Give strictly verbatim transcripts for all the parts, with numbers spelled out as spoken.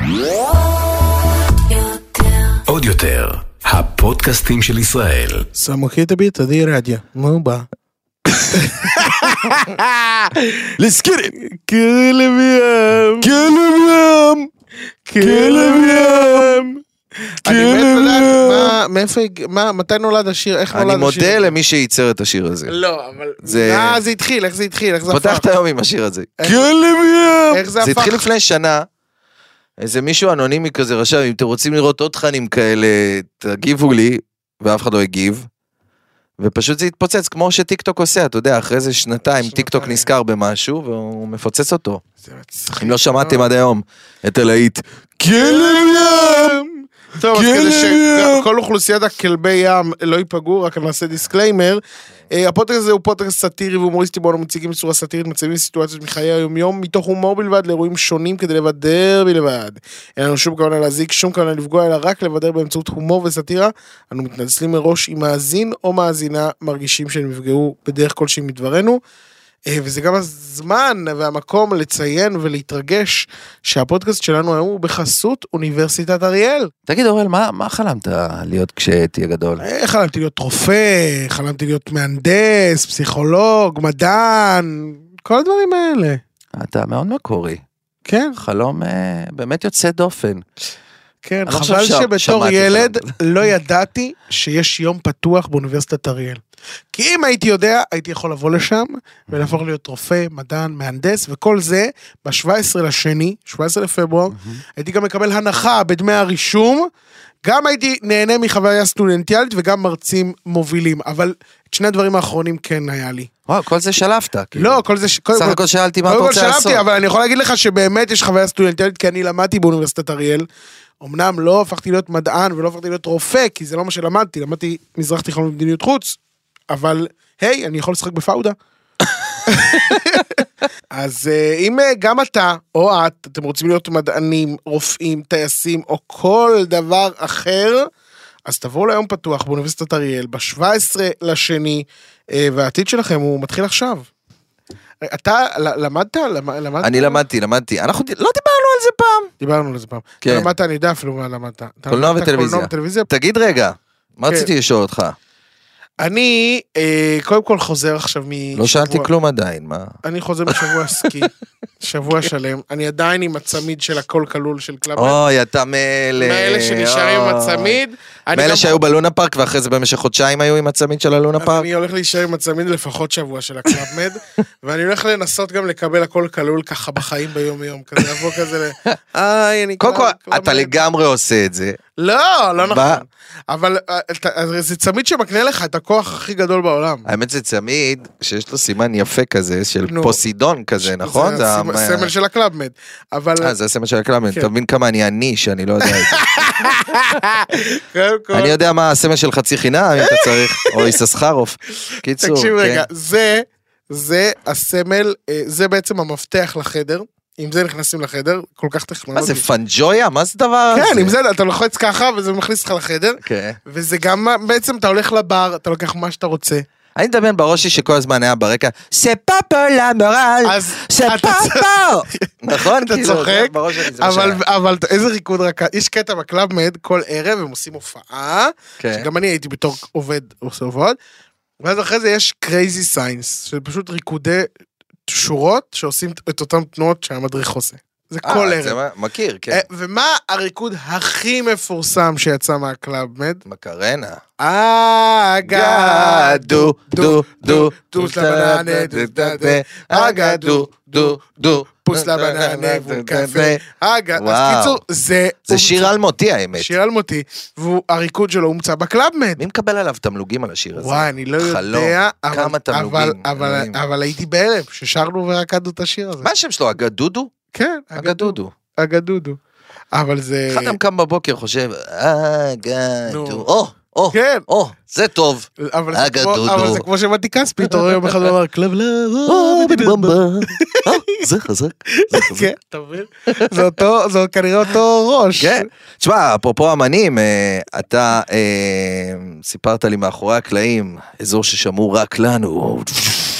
עוד יותר, הפודקאסטים של ישראל. סמוכי את הביט, עדי רדיה, נו בא. Let's get it. כלב ים. כלב ים. כלב ים. אני מת לדעת, מאיפה, מה, מתי נולד השיר, איך נולד אני השיר? מודה למי שייצר את השיר הזה. לא, אבל... זה- אה, זה התחיל, איך זה התחיל, איך זה הפך? פותח את היום עם השיר הזה. איך- כלב ים. איך זה זה הפך? התחיל לפני שנה. איזה מישהו אנונימי כזה רשם, אם אתם רוצים לראות עוד תכנים כאלה, תגיבו לי, ואף אחד לא הגיב. ופשוט זה התפוצץ, כמו שטיק טוק עושה, אתה יודע, אחרי זה שנתיים, שנתיים. טיק טוק נזכר במשהו, והוא מפוצץ אותו. זה מצחיק. אם לא שמעתם עד היום את הלהיט, כלב ים! טוב, אז כלב כדי ים! שכל אוכלוסיית הכלבי ים לא ייפגעו, רק נעשה דיסקליימר. הפודקאסט הזה הוא פודקאסט סאטירי והומוריסטי, בו אנו מציגים בצורה סאטירית מצבים וסיטואציות מחיי היום-יום, מתוך הומור בלבד לאירועים שונים כדי לבדר בלבד. אין לנו שום כוונה להזיק, שום כוונה לפגוע, אלא רק לבדר באמצעות הומור וסאטירה. אנו מתנצלים מראש אם מאזין או מאזינה מרגישים שהם נפגעו בדרך כלשהי מדברנו. וזה גם הזמן והמקום לציין ולהתרגש שהפודקאסט שלנו היום הוא בחסות אוניברסיטת אריאל. תגיד אורל, מה, מה חלמת להיות כשתהיה גדול? חלמתי להיות רופא, חלמתי להיות מהנדס, פסיכולוג, מדען, כל הדברים האלה. אתה מאוד מקורי. כן, חלום אה, באמת יוצא דופן. כן, אני לא חבל חושב ש- שבתור שמעתי ילד אותם. לא ידעתי שיש יום פתוח באוניברסיטת אריאל. כי אם הייתי יודע, הייתי יכול לבוא לשם ולהפוך להיות רופא, מדען, מהנדס, וכל זה ב-שבעה עשר לשני, שבעה עשר לפברואר, הייתי גם מקבל הנחה בדמי הרישום, גם הייתי נהנה מחוויה סטודנטיאלית וגם מרצים מובילים, אבל את שני הדברים האחרונים כן היה לי. וואו, כל זה שלפת. כאילו. לא, כל זה... סך הכל שאלתי מה אתה קודם כל רוצה לעשות. שלבתי, אבל אני יכול להגיד לך שבאמת יש חוויה סטודנטיאלית, כי אני למדתי באוניברסיטת אריאל, אמנם לא הפכתי להיות מדען ולא הפכתי להיות רופא, כי זה לא מה שלמדתי, למדתי מזרח תיכון ומדיניות חוץ, אבל היי, אני יכול לשחק בפאודה. אז אם גם אתה או את, אתם רוצים להיות מדענים, רופאים, טייסים, או כל דבר אחר, אז תבואו ליום פתוח באוניברסיטת אריאל, ב-שבעה עשר לשני, והעתיד שלכם הוא מתחיל עכשיו. אתה למדת? למדת? אני למדתי, למדתי. אנחנו לא דיברנו על זה פעם. דיברנו על זה פעם. כן. אתה למדת, אני יודע אפילו מה למדת. אתה קולנוע למדת וטלוויזיה. קולנוע וטלוויזיה? תגיד רגע, מה כן. רציתי לשאול אותך? אני, אה, קודם כל חוזר עכשיו משבוע... לא שאלתי כלום עדיין, מה? אני חוזר משבוע סקי, שבוע שלם. אני עדיין עם הצמיד של הכל כלול של קלאב. אוי, אתה מאלה. מאלה שנשארים עם הצמיד. אני מאלה גם- שהיו בלונה פארק, ואחרי זה במשך חודשיים היו עם הצמיד של הלונה אז פארק? אני הולך להישאר עם הצמיד לפחות שבוע של הקלאבמד, ואני הולך לנסות גם לקבל הכל כלול ככה בחיים ביום יום, כזה לבוא כזה ל... איי, אני קודם כל, קלאב אתה מד." לגמרי עושה את זה. לא, לא נכון. מה? אבל אה, אתה- אז זה צמיד שמקנה לך את הכוח הכי גדול בעולם. האמת זה צמיד שיש לו סימן יפה כזה, של נו. פוסידון כזה, נכון? זה המ- הסמל של הקלאבמד. אבל... אה, זה הסמל של הקלאבמד. כן. אתה מבין כמה אני עני שאני לא יודע את זה. קודם כל- אני יודע מה הסמל של חצי חינם, אם אתה צריך, או איססחרוף. קיצור, תקשיב כן. רגע, זה, זה הסמל, אה, זה בעצם המפתח לחדר, עם זה נכנסים לחדר, כל כך מה טכנולוגי. זה פנג'ויה? מה זה דבר הזה? כן, עם זה אתה לוחץ ככה, וזה מכניס אותך לחדר, כן. וזה גם, בעצם אתה הולך לבר, אתה לוקח מה שאתה רוצה. אני מדמיין בראש שלי שכל הזמן היה ברקע, ספאפו למורל, אז ספאפו! נכון? אתה כאילו, צוחק, בראש שלי זה מה אבל, שהיה. אבל איזה ריקוד רק, יש קטע בקלאבמד, כל ערב הם עושים הופעה, כן. שגם אני הייתי בתור עובד, עושה עובד, ואז אחרי זה יש קרייזי סיינס, של פשוט ריקודי שורות, שעושים את אותם תנועות שהמדריך עושה. זה אה, כל זה ערב. מה- מכיר, כן. אה, ומה הריקוד הכי מפורסם שיצא מהקלאבמד? מקרנה. אגדו, דו, דו, פוס לבננה, דו, דו, דו, אגדו, דו, דו, פוס לבננה, וקפה, אגדו. אז וואו. קיצור, זה... זה שיר אלמותי האמת. שיר אלמותי, והריקוד שלו הומצא בקלאבמד. מי מקבל עליו תמלוגים על השיר הזה? וואי, אני לא חלום. יודע, אבל- כמה תמלוגים. אבל- אבל- אלוהים. אבל הייתי בהלם, ששרנו ורקדנו את השיר הזה. מה השם שלו? אגדודו? כן, אגדודו. אגדודו. אבל זה... אחד אדם קם בבוקר חושב, אגדו. נו. או, או, כן. או, זה טוב. אבל זה כמו- אגדודו. אבל זה כמו שמתי כספי, אתה רואה יום אחד ואמר, כלב או, לב, בדיבמבה. אה, זה חזק. זה חזק. כן, אתה מבין? זה אותו, זה כנראה אותו ראש. כן. תשמע, אפרופו אמנים, אה, אתה אה, סיפרת לי מאחורי הקלעים, אזור ששמעו רק לנו,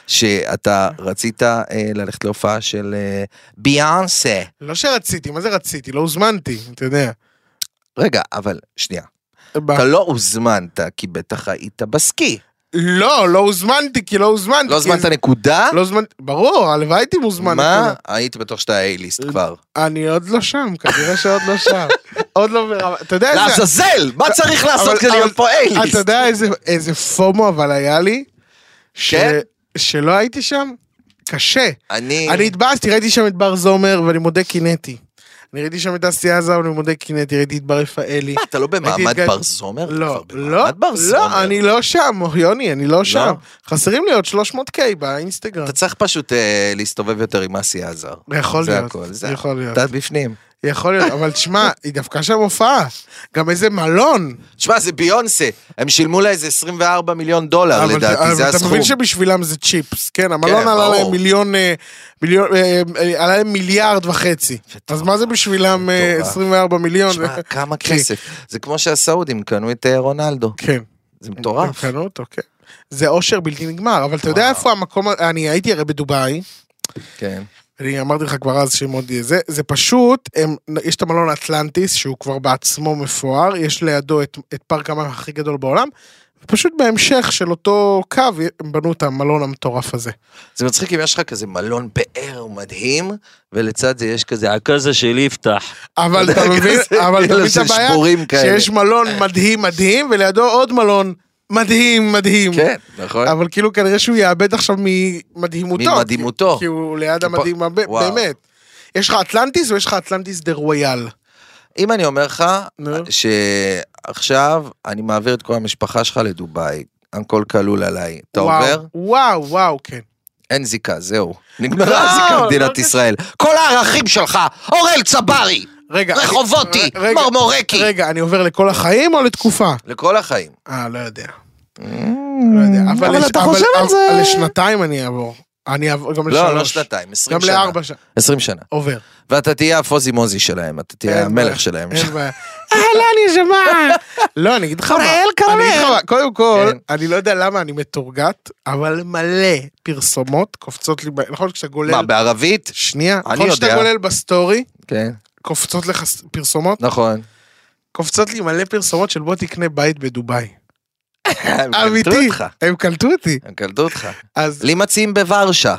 שאתה רצית אה, ללכת להופעה של אה, ביאנסה. לא שרציתי, מה זה רציתי? לא הוזמנתי, אתה יודע. רגע, אבל שנייה. ב- אתה לא הוזמנת, כי בטח היית בסקי. לא, לא הוזמנתי, כי לא הוזמנתי. לא כי- הוזמנת נקודה? לא הוזמנתי, ברור, הלוואי הייתי מוזמן. מה? הייתי בטוח שאתה A-ליסט כבר. אני עוד לא שם, כנראה שעוד לא שם. עוד לא ברמה, אתה יודע איזה... לעזאזל! מה צריך לעשות אבל- כדי להיות אבל- פה A-ליסט? אתה יודע איזה, איזה פומו אבל היה לי? ש... כן? שלא הייתי שם? קשה. אני... אני התבאסתי, ראיתי שם את בר זומר ואני מודה קינאתי. אני ראיתי שם את אסי עזה ואני מודה קינאתי, ראיתי את בר רפאלי. מה, אתה לא ראיתי במעמד את גיא- בר זומר? אתה לא, כבר לא, במעמד בר זומר. לא, אני לא שם, יוני, אני לא שם. חסרים לי עוד שלוש מאות קיי באינסטגרם. אתה צריך פשוט אה, להסתובב יותר עם אסי עזר. יכול זה להיות, הכל, זה יכול להיות. אתה בפנים. יכול להיות, אבל תשמע, היא דווקא שם הופעה. גם איזה מלון. תשמע, זה ביונסה. הם שילמו לה איזה עשרים וארבעה מיליון דולר, אבל- לדעתי, אבל זה אתה הסכום. מבין שבשבילם זה צ'יפס, כן, המלון כן, עלה ברור. להם מיליון, אה, מיליון, אה, אה, עלה להם מיליארד וחצי. אז מה זה בשבילם אה, מטורף. עשרים וארבעה מיליון? תשמע, כמה כן. כסף. זה כמו שהסעודים קנו את אה, רונלדו. כן. זה מטורף. הם קנו אותו, כן. זה אושר בלתי נגמר, אבל אתה יודע וואו. איפה המקום, אני הייתי הרי בדובאי, כן. אני אמרתי לך כבר אז שמאוד יהיה זה, זה פשוט, הם, יש את המלון אטלנטיס, שהוא כבר בעצמו מפואר, יש לידו את, את פארק המים הכי גדול בעולם, ופשוט בהמשך של אותו קו, הם בנו את המלון המטורף הזה. זה מצחיק אם יש לך כזה מלון פאר מדהים, ולצד זה יש כזה, הקזה שלי יפתח. אבל אתה מבין, כזה, אבל אתה אלה מבין את של הבעיה, שבורים כאלה. שיש מלון מדהים מדהים, ולידו עוד מלון מדהים מדהים. כן, נכון. אבל כאילו כנראה שהוא יאבד עכשיו ממדהימותו. ממדהימותו. כי- כי הוא ליד פה- המדהים, הב- וואו. באמת. יש לך אטלנטיס או יש לך אטלנטיס דה רויאל? אם אני אומר לך, נו. שעכשיו אני מעביר את כל המשפחה שלך לדובאי, הכל כלול עליי. אתה וואו, עובר? וואו, וואו, כן. אין זיקה, זהו. נגמרה לא, הזיקה לא במדינת קשור. ישראל. כל הערכים שלך, אוראל צברי, רגע. רחובותי, אני- רגע, מרמורקי. רגע, אני עובר לכל החיים או לתקופה? לכל החיים. אה, לא יודע. לא יודע. אבל לש- אתה חושב על אבל- זה. לשנתיים אני אעבור. אני אעבור גם לשלוש. לא, לא שנתיים, עשרים גם שנה. לארבע שנה. עשרים שנה. עובר. ואתה תהיה הפוזי מוזי שלהם, אתה תהיה אין בעיה, המלך שלהם. אין בעיה. אהלן, נשמה. לא, אני אגיד לך מה. אוראל אני אגיד לך מה. קודם כל, כן. אני לא יודע למה אני מתורגת, אבל מלא פרסומות קופצות לי, ב- נכון כשאתה גולל... מה, בערבית? שנייה, אני נכון שאתה יודע. גולל בסטורי, כן, קופצות לך ס- פרסומות? נכון. קופצות לי מלא פרסומות של בוא תקנה בית בדובאי. הם קלטו אמיתי, אותך. הם קלטו אותי. הם קלטו אותך. אז, לי מציעים בוורשה.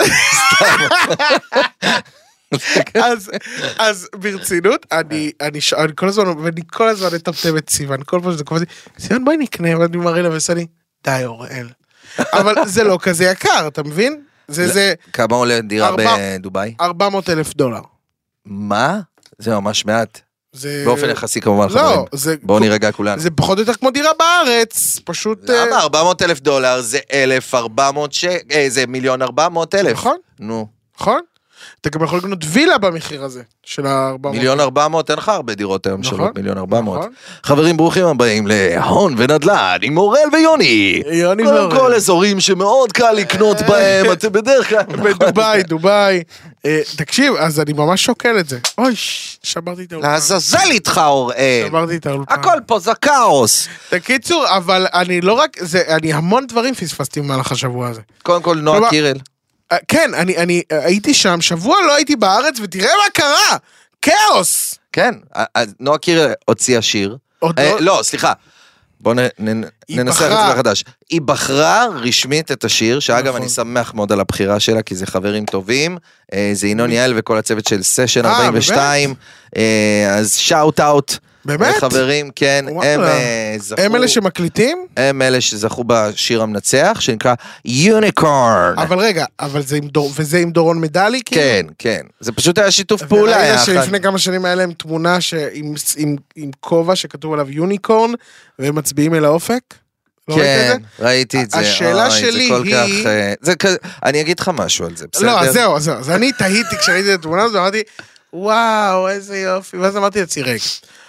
אז, אז ברצינות, אני, אני, ש- אני כל הזמן, ואני כל הזמן אטמטם את סיוון, כל פעם שזה קופץ לי, סיוון בואי נקנה, ואני מראה לה ועושה לי, די אוראל. אבל זה לא כזה יקר, אתה מבין? זה זה כמה עולה דירה ארבע- בדובאי? ארבע מאות אלף דולר. מה? זה ממש מעט. זה... באופן יחסי כמובן לא, חברים. זה... בואו נירגע כולנו. זה פחות או יותר כמו דירה בארץ, פשוט... אה, למה? ארבע מאות אלף דולר זה אלף ארבע מאות שקל, זה מיליון ארבע מאות אלף. נכון, נו, נכון? אתה גם יכול לקנות וילה במחיר הזה, של ה-ארבע מאות. מיליון ארבע מאות, אין לך הרבה דירות היום נכון, שעולות מיליון ארבע מאות. נכון. חברים ברוכים הבאים להון ונדל"ן עם אוראל ויוני. יוני קודם ואוראל. כל אזורים שמאוד קל לקנות בהם, אתם בדרך כלל... בדובאי, דובאי. אה, תקשיב, אז אני ממש שוקל את זה. אוי, ש- שברתי את האולפן. לעזאזל איתך אוראל. שברתי את האולפן. הכל פה זה כאוס. בקיצור, אבל אני לא רק, זה, אני המון דברים פספסתי במהלך השבוע הזה. קודם כל נועה כלומר- קירל. אה, כן, אני, אני אה, הייתי שם, שבוע לא הייתי בארץ, ותראה מה קרה! כאוס! כן, אז נועה קירל הוציאה שיר. עוד אה, לא- לא, סליחה. בואו ננסה את בחרה. זה מחדש. היא בחרה רשמית את השיר, שאגב נכון. אני שמח מאוד על הבחירה שלה, כי זה חברים טובים, אה, זה ינון יעל וכל הצוות של סשן אה, ארבעים ושתיים, אה, אז שאוט אאוט. באמת? חברים, כן, וואלה. הם אה, זכו, הם אלה שמקליטים? הם אלה שזכו בשיר המנצח, שנקרא יוניקורן. אבל רגע, אבל זה עם דור, וזה עם דורון מדלי? כאילו? כן, כן, זה פשוט היה שיתוף פעולה וראית יחד. שלפני כמה שנים היה להם תמונה שעם- עם- עם כובע שכתוב עליו יוניקורן, והם מצביעים אל האופק? לא ראית את כן, זה? ראיתי את זה. השאלה אוי, שלי זה כל היא- כך, אה, זה כזה, אני אגיד לך משהו על זה, בסדר? לא, אז זהו, אז זהו. אז אני תהיתי כשראיתי את התמונה הזאת, ואמרתי, וואו, איזה יופי. ואז אמרתי לעצמי, רגע.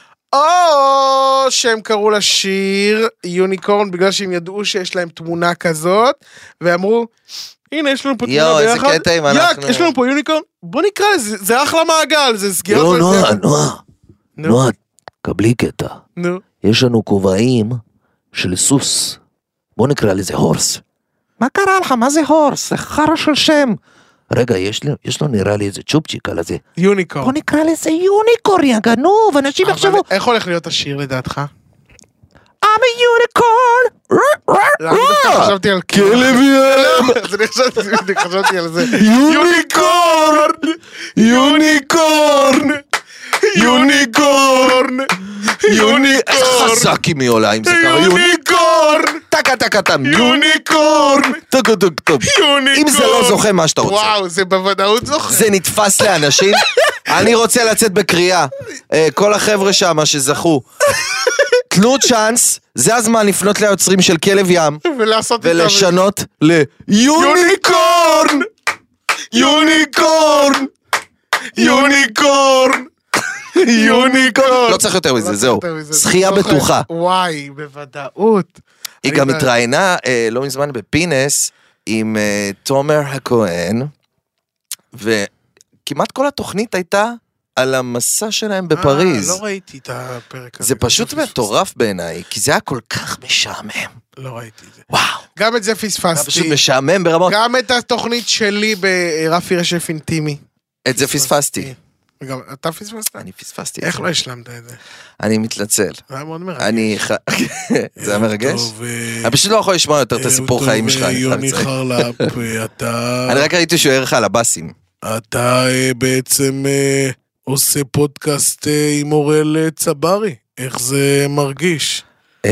או שהם קראו לשיר יוניקורן בגלל שהם ידעו שיש להם תמונה כזאת, ואמרו, הנה, יש לנו פה תמונה יואו, ביחד. איזה קטע אם אנחנו- יאק, יש לנו פה יוניקורן, בוא נקרא לזה, זה אחלה מעגל, זה סגירת... לא, מעגל. נועה, נועה, נו, נועה, קבלי קטע. נו, יש לנו כובעים של סוס. בוא נקרא לזה הורס. מה קרה לך? מה זה הורס? זה חרא של שם. רגע, יש לו, יש לו נראה לי איזה צ'ופצ'יק על הזה. יוניקורן. בוא נקרא לזה יוניקורן, יא גנוב, אנשים יחשבו. אבל איך הולך להיות השיר לדעתך? I'm a unicorn! למה דווקא חשבתי על כלב ים! אז אני חשבתי על זה. יוניקורן! יוניקורן! יוניקורן! יוניקורן! איך חזק היא מעולה אם זה קרה? יוניקורן! טקה טקה טם! יוניקורן! טקה טקה טם! אם זה לא זוכה מה שאתה רוצה. וואו, זה בוודאות זוכה. זה נתפס לאנשים. אני רוצה לצאת בקריאה. כל החבר'ה שם שזכו. תנו צ'אנס, זה הזמן לפנות ליוצרים של כלב ים. ולעשות איתם. ולשנות ליוניקורן! יוניקורן! יוניקורן! יוניקורן! לא צריך יותר מזה, זהו. שחייה בטוחה. וואי, בוודאות. היא גם התראיינה לא מזמן בפינס עם תומר הכהן, וכמעט כל התוכנית הייתה על המסע שלהם בפריז. לא ראיתי את הפרק הזה. זה פשוט מטורף בעיניי, כי זה היה כל כך משעמם. לא ראיתי את זה. וואו. גם את זה פספסתי. זה פשוט משעמם ברמות. גם את התוכנית שלי ברפי רשף אינטימי. את זה פספסתי. וגם אתה פספסת? אני פספסתי. איך לא השלמת את זה? אני מתנצל. זה היה מאוד מרגש. אני... זה היה מרגש? אני פשוט לא יכול לשמוע יותר את הסיפור חיים שלך. יוני חרלפ, אתה... אני רק ראיתי שהוא ערך על הבאסים. אתה בעצם עושה פודקאסט עם אורל צברי. איך זה מרגיש?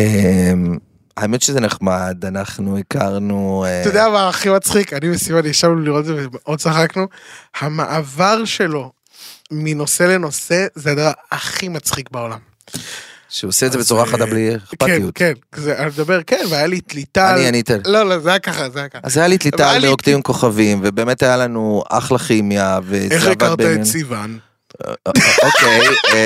האמת שזה נחמד, אנחנו הכרנו... אתה יודע מה הכי מצחיק? אני וסימן ישבנו לראות את זה ומאוד צחקנו. המעבר שלו מנושא לנושא זה הדבר הכי מצחיק בעולם. שהוא עושה את זה בצורה חדה בלי אכפתיות. כן, כן, אני מדבר, כן, והיה לי תליטל. אני, אני אתן. לא, לא, זה היה ככה, זה היה ככה. אז היה לי תליטל מרוקדים עם כוכבים, ובאמת היה לנו אחלה כימיה, איך הכרת את סיוון? אוקיי,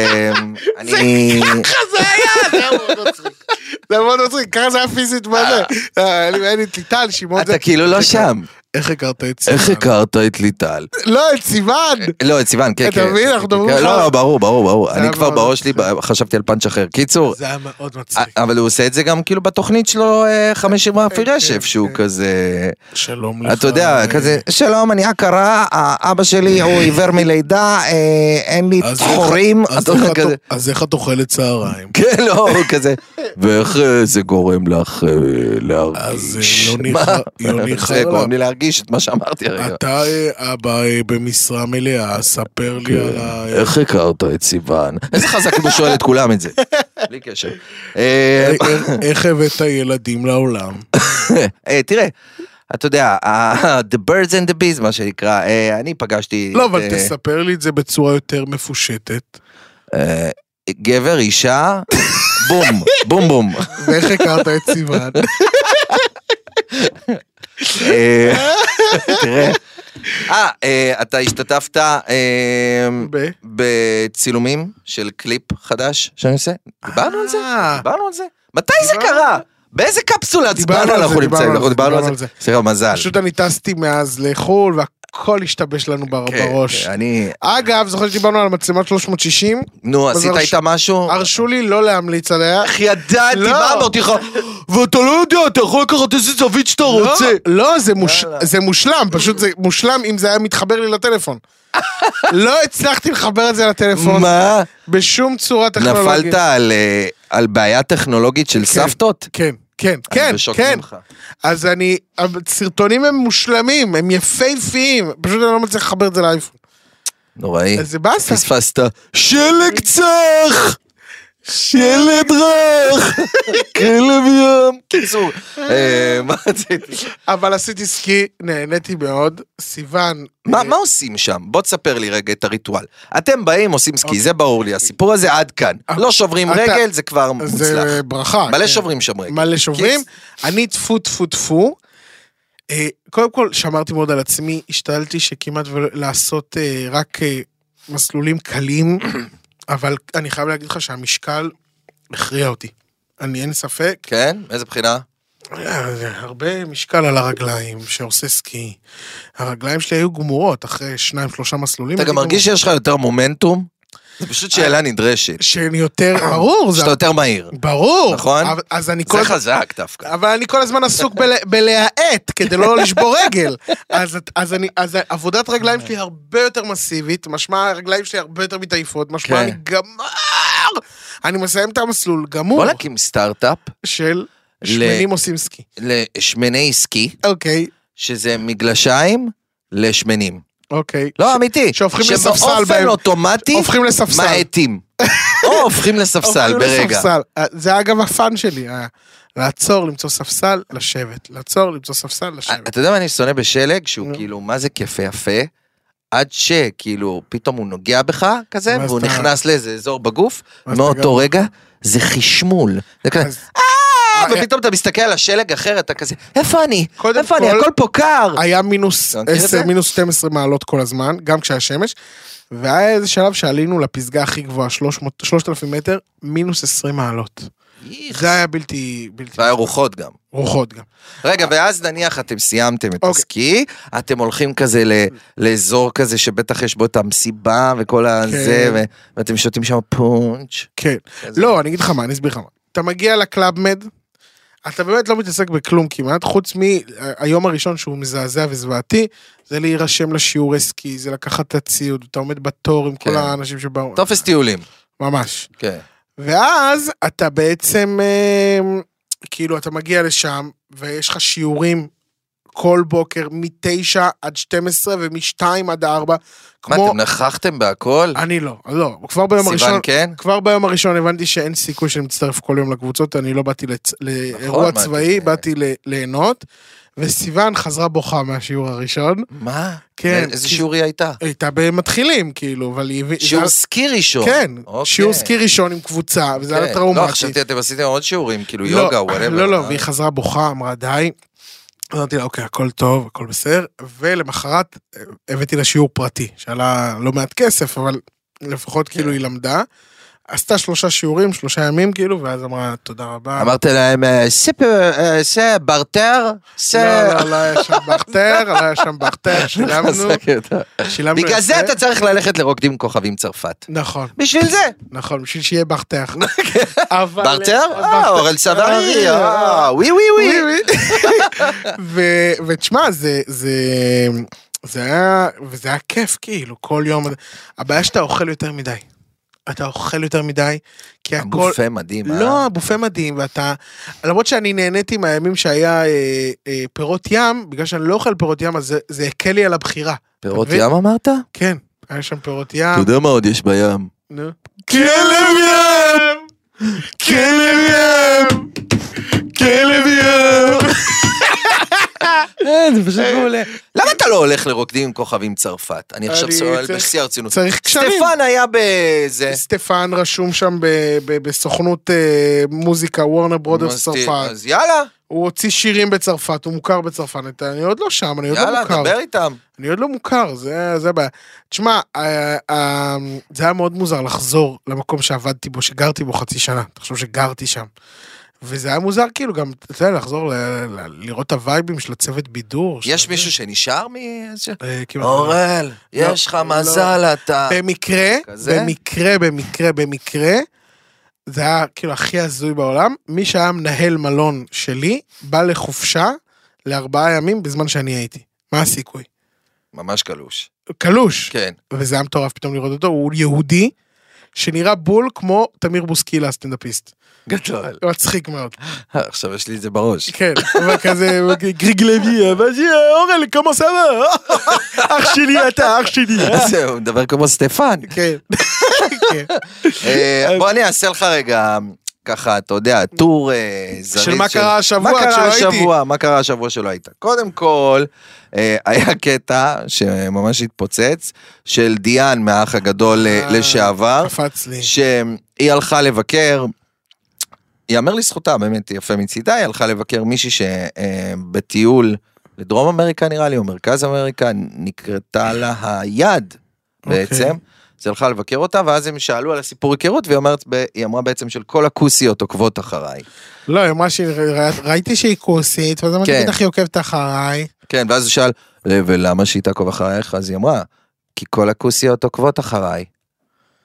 אני... ככה זה היה, זה היה מאוד מצחיק. זה היה מאוד מצחיק, ככה זה היה פיזית בזה. היה לי תליטל, שמעון... אתה כאילו לא שם. איך הכרת את סיוון? איך הכרת את ליטל? לא, את סיוון! לא, את סיוון, כן, כן. אתה מבין, אנחנו מדברים לך. לא, ברור, ברור, ברור. אני כבר בראש שלי, חשבתי על פאנץ' אחר. קיצור. זה היה מאוד מצחיק. אבל הוא עושה את זה גם כאילו בתוכנית שלו, חמש עם רפי רשף, שהוא כזה... שלום לך. אתה יודע, כזה, שלום, אני הכרה, האבא שלי הוא עיוור מלידה, אין לי חורים. אז איך את אוכלת צהריים? כן, לא, כזה. ואיך זה גורם לך להרגיש? אז יוני זה גורם לי להרגיש את מה שאמרתי הרגע. אתה אבא במשרה מלאה, ספר לי על ה... איך הכרת את סיוון? איזה חזק הוא שואל את כולם את זה. בלי קשר. איך הבאת ילדים לעולם? תראה, אתה יודע, the birds and the bees, מה שנקרא, אני פגשתי... לא, אבל תספר לי את זה בצורה יותר מפושטת. גבר, אישה, בום, בום בום. ואיך הכרת את סיוון? תראה, אה, אתה השתתפת בצילומים של קליפ חדש שאני עושה? דיברנו על זה? דיברנו על זה? מתי זה קרה? באיזה קפסולה הצבענו אנחנו נמצאים? אנחנו דיברנו על זה? סליחה, מזל. פשוט אני טסתי מאז לחול והכל השתבש לנו בראש. אגב, זוכר שדיברנו על מצלמת שלוש מאות שישים? נו, עשית איתה משהו? הרשו לי לא להמליץ עליה. איך ידעתי, מה אמרתי לך? ואתה לא יודע, אתה יכול לקחת איזה זווית שאתה רוצה. לא, זה מושלם, פשוט זה מושלם אם זה היה מתחבר לי לטלפון. לא הצלחתי לחבר את זה לטלפון. מה? בשום צורה טכנולוגית. נפלת על בעיה טכנולוגית של סבתות? כן. כן, כן, כן. אז אני, הסרטונים הם מושלמים, הם יפהפיים, פשוט אני לא מצליח לחבר את זה לאייפון. נוראי. אז זה באסה. פספסת. שלג צח! שלד רך! כלב ים! קיצור. מה רציתי? אבל עשיתי סקי, נהניתי מאוד, סיוון. מה עושים שם? בוא תספר לי רגע את הריטואל. אתם באים, עושים סקי, זה ברור לי, הסיפור הזה עד כאן. לא שוברים רגל, זה כבר מוצלח. זה ברכה. מלא שוברים שם רגל. מלא שוברים. אני תפו תפו תפו. קודם כל, שמרתי מאוד על עצמי, השתדלתי שכמעט לעשות רק מסלולים קלים, אבל אני חייב להגיד לך שהמשקל הכריע אותי. אני אין ספק. כן? איזה בחינה? הרבה משקל על הרגליים שעושה סקי. הרגליים שלי היו גמורות אחרי שניים שלושה מסלולים. אתה גם מרגיש שיש לך יותר מומנטום? זה פשוט שאלה נדרשת. שאני יותר, ברור. שאתה יותר מהיר. ברור. נכון? אז אני כל... זה חזק דווקא. אבל אני כל הזמן עסוק בלהאט, כדי לא לשבור רגל. אז עבודת רגליים שלי הרבה יותר מסיבית, משמע הרגליים שלי הרבה יותר מתעייפות, משמע אני גמר. אני מסיים את המסלול, גמור. בוא נקים סטארט-אפ. של שמנים עושים סקי. לשמני סקי. אוקיי. שזה מגלשיים לשמנים. אוקיי. לא, אמיתי. שהופכים לספסל. שבאופן אוטומטי. הופכים לספסל. מעטים. או הופכים לספסל ברגע. זה אגב הפן שלי. לעצור, למצוא ספסל, לשבת. לעצור, למצוא ספסל, לשבת. אתה יודע מה אני שונא בשלג? שהוא כאילו, מה זה כיפה יפה? עד שכאילו פתאום הוא נוגע בך כזה, והוא נכנס לאיזה אזור בגוף, מאותו רגע זה חשמול. זה כזה, ופתאום אתה מסתכל על השלג אחר, אתה כזה, איפה אני? איפה אני? הכל פה קר. היה מינוס עשר, מינוס שתים עשרה מעלות כל הזמן, גם כשהיה שמש, והיה איזה שלב שעלינו לפסגה הכי גבוהה, שלושת אלפים מטר, מינוס עשרים מעלות. זה היה בלתי... והיה רוחות גם. רוחות גם. רגע, ואז נניח אתם סיימתם את הסקי, אתם הולכים כזה לאזור כזה שבטח יש בו את המסיבה וכל הזה, ואתם שותים שם פונץ'. כן. לא, אני אגיד לך מה, אני אסביר לך מה. אתה מגיע לקלאב מד, אתה באמת לא מתעסק בכלום כמעט, חוץ מהיום הראשון שהוא מזעזע וזוועתי, זה להירשם לשיעורי סקי, זה לקחת את הציוד, אתה עומד בתור עם כל האנשים שבאו. טופס טיולים. ממש. כן. ואז אתה בעצם, כאילו אתה מגיע לשם, ויש לך שיעורים כל בוקר, מתשע עד שתים עשרה, ומשתיים עד ארבע. מה, אתם נכחתם בהכל? אני לא, לא. כבר ביום הראשון, כן? כבר ביום הראשון הבנתי שאין סיכוי שאני מצטרף כל יום לקבוצות, אני לא באתי לאירוע צבאי, באתי ליהנות, וסיוון חזרה בוכה מהשיעור הראשון. מה? כן. איזה שיעור היא הייתה? הייתה במתחילים, כאילו, אבל היא... שיעור סקי ראשון? כן, שיעור סקי ראשון עם קבוצה, וזה היה טראומטי. לא, חשבתי, אתם עשיתם עוד שיעורים, כאילו יוגה, whatever. לא, לא, והיא חזרה בוכה, אמרה די. אמרתי לה, אוקיי, הכל טוב, הכל בסדר, ולמחרת הבאתי לה שיעור פרטי, שעלה לא מעט כסף, אבל לפחות כאילו היא למדה. עשתה שלושה שיעורים, שלושה ימים כאילו, ואז אמרה, תודה רבה. אמרת להם, זה ברטר? לא, לא, לא היה שם ברטר, לא היה שם ברטר, שילמנו. שילמנו בגלל זה אתה צריך ללכת לרוקדים כוכבים צרפת. נכון. בשביל זה. נכון, בשביל שיהיה ברטר. ברטר? אה, אורל סברי, אה, ווי ווי ווי. ותשמע, זה... זה היה, וזה היה כיף כאילו, כל יום. הבעיה שאתה אוכל יותר מדי. אתה אוכל יותר מדי, כי הכל... הבופה מדהים, אה? לא, הבופה מדהים, ואתה... למרות שאני נהניתי מהימים שהיה אה, אה, פירות ים, בגלל שאני לא אוכל פירות ים, אז זה, זה הקל לי על הבחירה. פירות ים אמרת? כן, היה שם פירות ים. אתה יודע מה עוד יש בים? נו. כלב ים! כלב ים! כלב ים! זה פשוט מעולה. למה אתה לא הולך לרוקדים עם כוכבים צרפת? אני עכשיו שואל בשיא הרצינות. צריך קשרים. סטפן היה בזה. סטפן רשום שם בסוכנות מוזיקה, וורנר ברודרס צרפת. אז יאללה. הוא הוציא שירים בצרפת, הוא מוכר בצרפת. אני עוד לא שם, אני עוד לא מוכר. יאללה, דבר איתם. אני עוד לא מוכר, זה הבעיה. תשמע, זה היה מאוד מוזר לחזור למקום שעבדתי בו, שגרתי בו חצי שנה. תחשוב שגרתי שם. וזה היה מוזר כאילו גם, אתה יודע, לחזור לראות את הווייבים של הצוות בידור. יש מישהו שנשאר מאיזה? אורל, יש לך מזל אתה. במקרה, במקרה, במקרה, במקרה, זה היה כאילו הכי הזוי בעולם, מי שהיה מנהל מלון שלי, בא לחופשה לארבעה ימים בזמן שאני הייתי. מה הסיכוי? ממש קלוש. קלוש. כן. וזה היה מטורף פתאום לראות אותו, הוא יהודי, שנראה בול כמו תמיר בוסקילה, הסטנדאפיסט. גדול. מצחיק מאוד. עכשיו יש לי את זה בראש. כן, אבל כזה, גריג לוי, אבל אורל, כמו סבא, אח שלי אתה, אח שלי. זהו, הוא מדבר כמו סטפן. כן. בוא אני אעשה לך רגע, ככה, אתה יודע, טור זריז. של מה קרה השבוע, מה קרה השבוע, מה קרה השבוע שלא היית. קודם כל, היה קטע שממש התפוצץ, של דיאן מהאח הגדול לשעבר. קפץ לי. שהיא הלכה לבקר, יאמר לזכותה, באמת יפה מצידה, היא הלכה לבקר מישהי שבטיול לדרום אמריקה נראה לי, או מרכז אמריקה, נקראתה לה היד בעצם, אז היא הלכה לבקר אותה, ואז הם שאלו על הסיפור היכרות, והיא אמרה בעצם של כל הכוסיות עוקבות אחריי. לא, היא אמרה שראיתי שהיא כוסית, ואז אמרתי, בטח היא עוקבת אחריי. כן, ואז הוא שאל, ולמה שהיא תעקוב אחרייך? אז היא אמרה, כי כל הכוסיות עוקבות אחריי.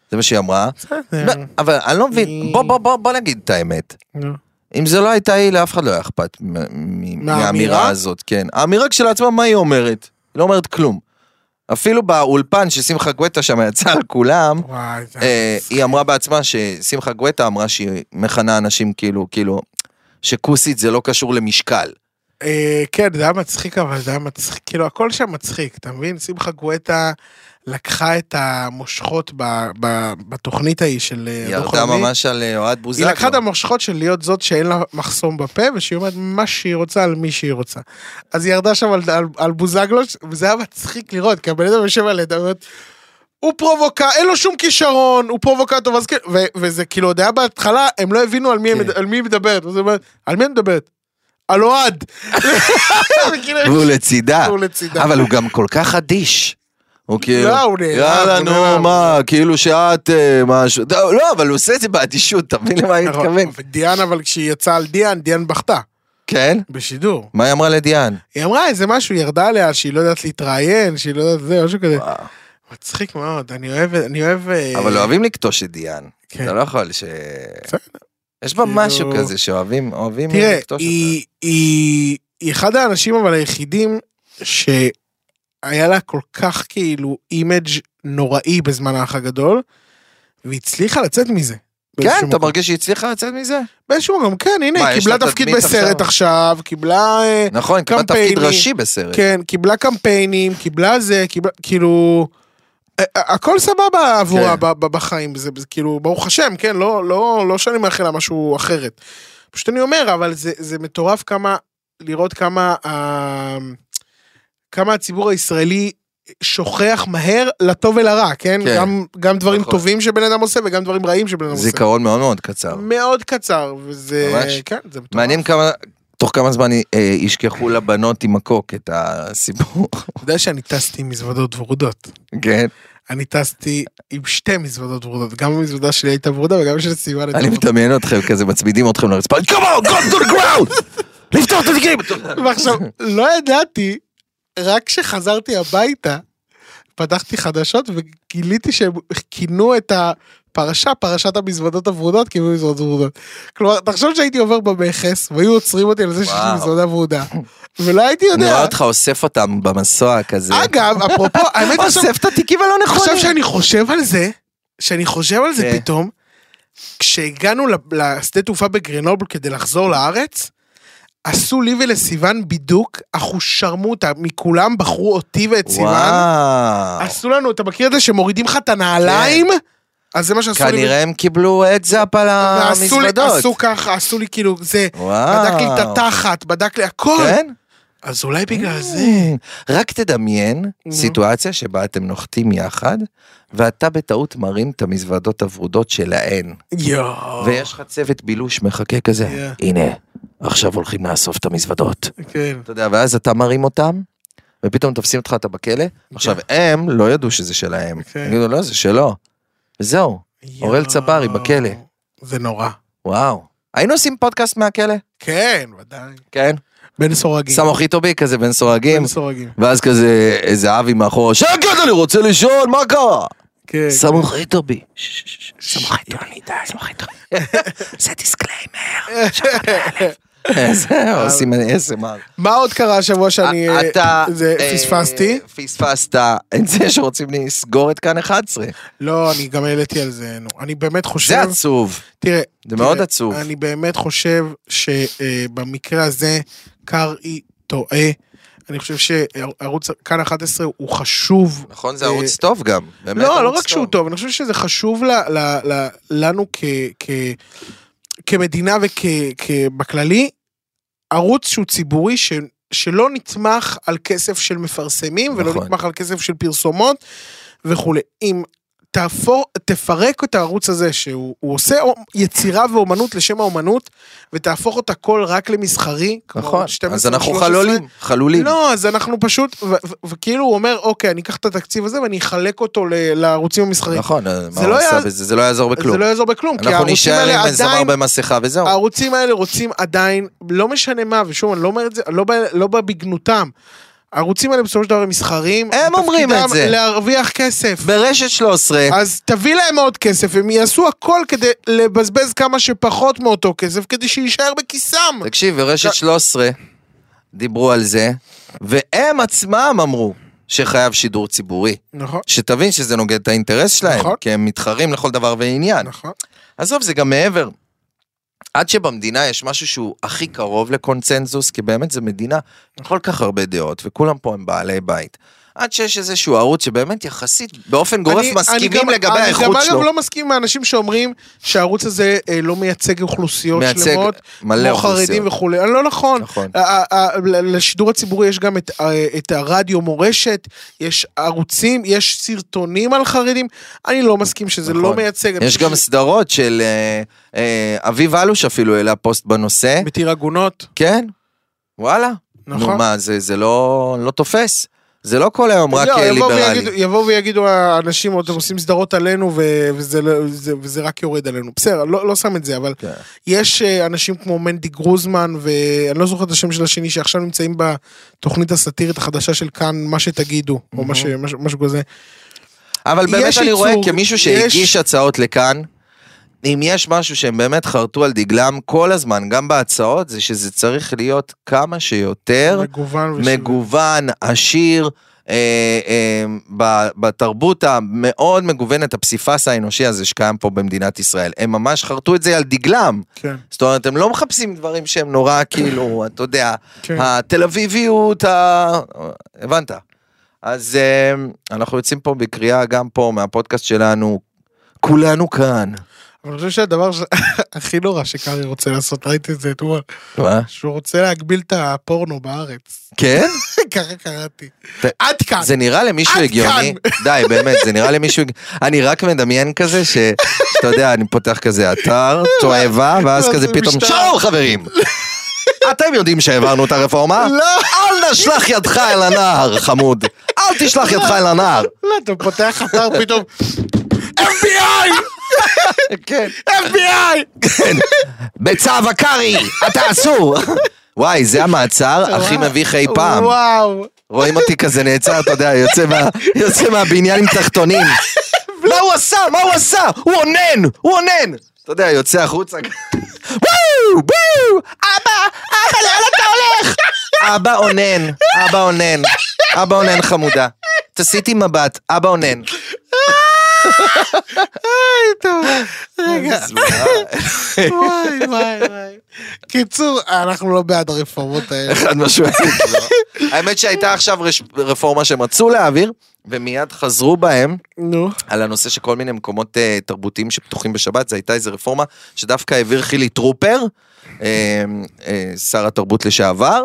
זה מה שהיא אמרה. אבל אני לא מבין, בוא, בוא, בוא, בוא נגיד את האמת. אם זה לא הייתה היא, לאף אחד לא היה אכפת מהאמירה הזאת, כן. האמירה כשלעצמה, מה היא אומרת? היא לא אומרת כלום. אפילו באולפן ששמחה גואטה שם יצא על כולם, היא אמרה בעצמה ששמחה גואטה אמרה שהיא מכנה אנשים כאילו, כאילו, שכוסית זה לא קשור למשקל. כן, זה היה מצחיק, אבל זה היה מצחיק, כאילו, הכל שם מצחיק, אתה מבין? שמחה גואטה לקחה את המושכות בתוכנית ההיא של... היא ירדה ממש על אוהד בוזגלו. היא לקחה את המושכות של להיות זאת שאין לה מחסום בפה, ושהיא אומרת מה שהיא רוצה על מי שהיא רוצה. אז היא ירדה שם על בוזגלו, וזה היה מצחיק לראות, כי הבן אדם יושב על לדעת, הוא פרובוקה, אין לו שום כישרון, הוא פרובוקטור, וזה כאילו, עוד היה בהתחלה, הם לא הבינו על מי היא מדברת, על מי היא מדברת? על אוהד. והוא לצידה. אבל הוא גם כל כך אדיש. הוא כאילו, יאללה נו מה, כאילו שאת משהו, לא, אבל הוא עושה את זה באדישות, אתה מבין למה אני מתכוון? ודיאן, אבל כשהיא יצאה על דיאן, דיאן בכתה. כן? בשידור. מה היא אמרה לדיאן? היא אמרה איזה משהו, היא ירדה עליה, שהיא לא יודעת להתראיין, שהיא לא יודעת זה, משהו כזה. מצחיק מאוד, אני אוהב, אני אוהב... אבל אוהבים לקטוש את דיאן. אתה לא יכול ש... יש בה משהו כזה שאוהבים, אוהבים לקטוש אותה. תראה, היא אחד האנשים אבל היחידים שהיה לה כל כך כאילו אימג' נוראי בזמן האח הגדול, והצליחה לצאת מזה. כן, אתה מרגיש שהיא הצליחה לצאת מזה? באיזשהו מקום, כן, הנה, היא קיבלה תפקיד בסרט עכשיו, קיבלה קמפיינים. נכון, קיבלה תפקיד ראשי בסרט. כן, קיבלה קמפיינים, קיבלה זה, כאילו... הכל סבבה עבורה בחיים, זה כאילו, ברוך השם, כן, לא שאני מאחל לה משהו אחרת. פשוט אני אומר, אבל זה מטורף כמה, לראות כמה, כמה הציבור הישראלי שוכח מהר לטוב ולרע, כן? גם דברים טובים שבן אדם עושה, וגם דברים רעים שבן אדם עושה. זיכרון מאוד מאוד קצר. מאוד קצר, וזה, כן, זה מטורף. מעניין כמה... תוך כמה זמן ישכחו לבנות עם הקוק את הסיפור. אתה יודע שאני טסתי עם מזוודות ורודות. כן. אני טסתי עם שתי מזוודות ורודות, גם המזוודה שלי הייתה ורודה וגם של סימן הייתה ורודה. אני מתאמן אתכם כזה, מצמידים אתכם לרצפה, come on, go to the ground! לפתוח את התיקים! ועכשיו, לא ידעתי, רק כשחזרתי הביתה, פתחתי חדשות וגיליתי שהם כינו את הפרשה, פרשת המזוודות הוורודות, כי היו מזוודות ורודות. כלומר, תחשוב שהייתי עובר במכס, והיו עוצרים אותי על זה שיש לי מזוודה ורודה. ולא הייתי יודע. נראה אותך אוסף אותם במסוע כזה. אגב, אפרופו, האמת עכשיו... אוסף את התיקים הלא נכונים. עכשיו שאני חושב על זה, שאני חושב על זה פתאום, כשהגענו לשדה תעופה בגרנובל כדי לחזור לארץ, עשו לי ולסיוון בידוק, אחו שרמו אותה, מכולם בחרו אותי ואת סיוון. עשו לנו, אתה מכיר את זה שמורידים לך את הנעליים? אז זה מה שעשו לי. כנראה הם קיבלו את זאפ על המזוודות. עשו ככה, עשו לי כאילו, זה, בדק לי את התחת, בדק לי הכל. כן? אז אולי בגלל זה. רק תדמיין סיטואציה שבה אתם נוחתים יחד, ואתה בטעות מרים את המזוודות הוורודות שלהן. יואו. ויש לך צוות בילוש מחכה כזה. הנה, עכשיו הולכים לאסוף את המזוודות. כן. אתה יודע, ואז אתה מרים אותם, ופתאום תופסים אותך אתה בכלא. עכשיו, הם לא ידעו שזה שלהם. יגידו, לא, זה שלו. וזהו. אורל צברי בכלא. זה נורא. וואו. היינו עושים פודקאסט מהכלא? כן, ודאי. כן. בן סורגים. שמו הכי טובי כזה, בן סורגים. בן סורגים. ואז כזה, איזה אבי מאחורה, שקט, אני רוצה לשאול, מה קרה? כן. שמו הכי טובי. שמו הכי טובי, שמו הכי טובי. זה דיסקליימר. זהו, עושים אס אם אר. מה עוד קרה השבוע שאני פספסתי? פספסת את זה שרוצים לסגור את כאן אחת עשרה. לא, אני גם העליתי על זה. אני באמת חושב... זה עצוב. תראה, זה מאוד עצוב. אני באמת חושב שבמקרה הזה קרעי טועה. אני חושב שערוץ כאן אחת עשרה הוא חשוב. נכון, זה ערוץ טוב גם. לא, לא רק שהוא טוב, אני חושב שזה חשוב לנו כמדינה וכבכללי, ערוץ שהוא ציבורי שלא נתמך על כסף של מפרסמים, ולא נתמך על כסף של פרסומות וכו'. אם תפור, תפרק את הערוץ הזה, שהוא עושה יצירה ואומנות לשם האומנות, ותהפוך אותה כל רק למסחרי. נכון, אז אנחנו חלולים, חלולים. לא, אז אנחנו פשוט, וכאילו הוא אומר, אוקיי, אני אקח את התקציב הזה, ואני אחלק אותו לערוצים המסחריים. נכון, מה הוא עושה בזה? זה לא יעזור בכלום. זה לא יעזור בכלום, כי הערוצים האלה עדיין, במסכה וזהו. הערוצים האלה רוצים עדיין, לא משנה מה, ושוב, אני לא אומר את זה, לא בגנותם, הערוצים האלה בסופו של דבר הם מסחרים, הם אומרים את זה. להרוויח כסף. ברשת שלוש עשרה. אז תביא להם עוד כסף, הם יעשו הכל כדי לבזבז כמה שפחות מאותו כסף, כדי שישאר בכיסם. תקשיב, ברשת שלוש עשרה דיברו על זה, והם עצמם אמרו שחייב שידור ציבורי. נכון. שתבין שזה נוגד את האינטרס שלהם, נכון. כי הם מתחרים לכל דבר ועניין. נכון. עזוב, זה גם מעבר. עד שבמדינה יש משהו שהוא הכי קרוב לקונצנזוס, כי באמת זו מדינה כל כך הרבה דעות, וכולם פה הם בעלי בית. עד שיש איזשהו ערוץ שבאמת יחסית, באופן גורף אני, מסכימים אני גם, לגבי האיכות שלו. אני גם אגב לא מסכים עם האנשים שאומרים שהערוץ הזה אה, לא מייצג אוכלוסיות מייצג שלמות, מלא כמו חרדים וכו'. לא נכון. נכון. לשידור הציבורי יש גם את, את הרדיו מורשת, יש ערוצים, יש סרטונים על חרדים, אני לא מסכים שזה נכון. לא מייצג. יש גם ש... סדרות של אה, אה, אביב אלוש אפילו, אלא פוסט בנושא. בתיר עגונות. כן, וואלה. נכון. נו מה, זה, זה לא, לא תופס. זה לא כל היום רק ליברלי. יבואו ויגידו האנשים, אתם עושים סדרות עלינו, וזה רק יורד עלינו. בסדר, לא שם את זה, אבל יש אנשים כמו מנדי גרוזמן, ואני לא זוכר את השם של השני, שעכשיו נמצאים בתוכנית הסאטירית החדשה של כאן, מה שתגידו, או משהו כזה. אבל באמת אני רואה כמישהו שהגיש הצעות לכאן, אם יש משהו שהם באמת חרטו על דגלם כל הזמן, גם בהצעות, זה שזה צריך להיות כמה שיותר מגוון, מגוון עשיר, אה, אה, בתרבות המאוד מגוונת, הפסיפס האנושי הזה שקיים פה במדינת ישראל. הם ממש חרטו את זה על דגלם. כן. זאת אומרת, הם לא מחפשים דברים שהם נורא כאילו, אתה יודע, כן. התל אביביות, ה... הבנת? אז אה, אנחנו יוצאים פה בקריאה גם פה מהפודקאסט שלנו, כולנו כאן. אבל אני חושב שהדבר הכי נורא שקרי רוצה לעשות, ראיתי את זה אתמול. מה? שהוא רוצה להגביל את הפורנו בארץ. כן? ככה קראתי. עד כאן. זה נראה למישהו הגיוני. די, באמת, זה נראה למישהו הגיוני. אני רק מדמיין כזה, שאתה יודע, אני פותח כזה אתר, תועבה, ואז כזה פתאום, שלום חברים! אתם יודעים שהעברנו את הרפורמה? לא. אל נשלח ידך אל הנער, חמוד. אל תשלח ידך אל הנער. לא, אתה פותח אתר פתאום, אף בי איי! כן. אף בי איי! בצו הקרי, אתה אסור. וואי, זה המעצר הכי מביך אי פעם. וואו. רואים אותי כזה נעצר, אתה יודע, יוצא מהבניין עם תחתונים. מה הוא עשה? מה הוא עשה? הוא עונן! הוא עונן! אתה יודע, יוצא החוצה. וואו! וואו! אבא! אבא, לאן אתה הולך? אבא עונן. אבא עונן. אבא עונן חמודה. תעשיתי מבט. אבא עונן. היי, טוב. רגע. וואי, וואי, וואי. קיצור, אנחנו לא בעד הרפורמות האלה. אחד משהו. האמת שהייתה עכשיו רפורמה שמצאו להעביר, ומיד חזרו בהם, נו. על הנושא שכל מיני מקומות תרבותיים שפתוחים בשבת, זו הייתה איזו רפורמה שדווקא העביר חילי טרופר, שר התרבות לשעבר,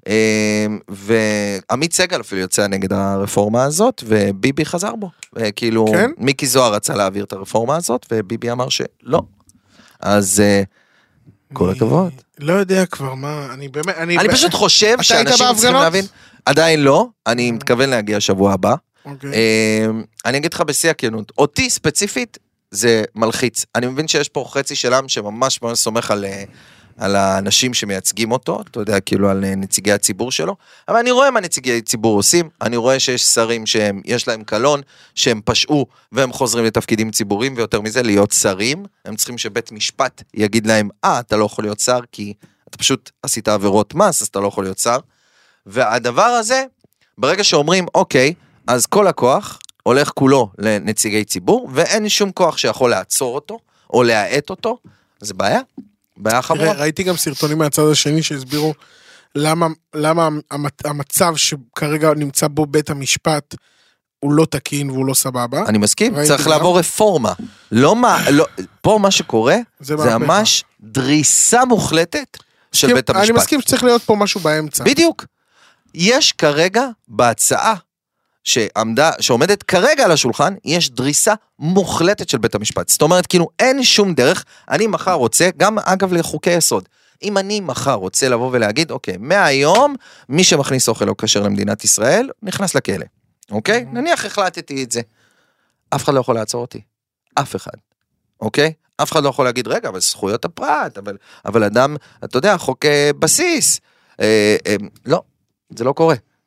ועמית סגל אפילו יוצא נגד הרפורמה הזאת, וביבי חזר בו. כאילו, כן? מיקי זוהר רצה להעביר את הרפורמה הזאת, וביבי אמר שלא. אז כל הכבוד. לא יודע כבר מה, אני באמת, אני... אני פשוט חושב שאנשים צריכים להבין, עדיין לא, אני מתכוון להגיע שבוע הבא. אני אגיד לך בשיא הכנות, אותי ספציפית זה מלחיץ. אני מבין שיש פה חצי של עם שממש ממש סומך על... על האנשים שמייצגים אותו, אתה יודע, כאילו על נציגי הציבור שלו, אבל אני רואה מה נציגי הציבור עושים, אני רואה שיש שרים שיש להם קלון, שהם פשעו והם חוזרים לתפקידים ציבוריים, ויותר מזה להיות שרים, הם צריכים שבית משפט יגיד להם, אה, אתה לא יכול להיות שר, כי אתה פשוט עשית עבירות מס, אז אתה לא יכול להיות שר, והדבר הזה, ברגע שאומרים, אוקיי, אז כל הכוח הולך כולו לנציגי ציבור, ואין שום כוח שיכול לעצור אותו, או להעט אותו, זה בעיה. ראיתי גם סרטונים מהצד השני שהסבירו למה, למה המצב שכרגע נמצא בו בית המשפט הוא לא תקין והוא לא סבבה. אני מסכים, צריך לעבור רפורמה. לא מה, לא, פה מה שקורה זה ממש דריסה מוחלטת של בית המשפט. אני מסכים שצריך להיות פה משהו באמצע. בדיוק. יש כרגע בהצעה שעמדה, שעומדת כרגע על השולחן, יש דריסה מוחלטת של בית המשפט. זאת אומרת, כאילו, אין שום דרך, אני מחר רוצה, גם אגב לחוקי יסוד, אם אני מחר רוצה לבוא ולהגיד, אוקיי, מהיום, מי שמכניס אוכל או כשר למדינת ישראל, נכנס לכלא. אוקיי? נניח החלטתי את זה. אף אחד לא יכול לעצור אותי. אף אחד. אוקיי? אף אחד לא יכול להגיד, רגע, אבל זכויות הפרט, אבל, אבל אדם, אתה יודע, חוק בסיס. אה, אה, לא, זה לא קורה.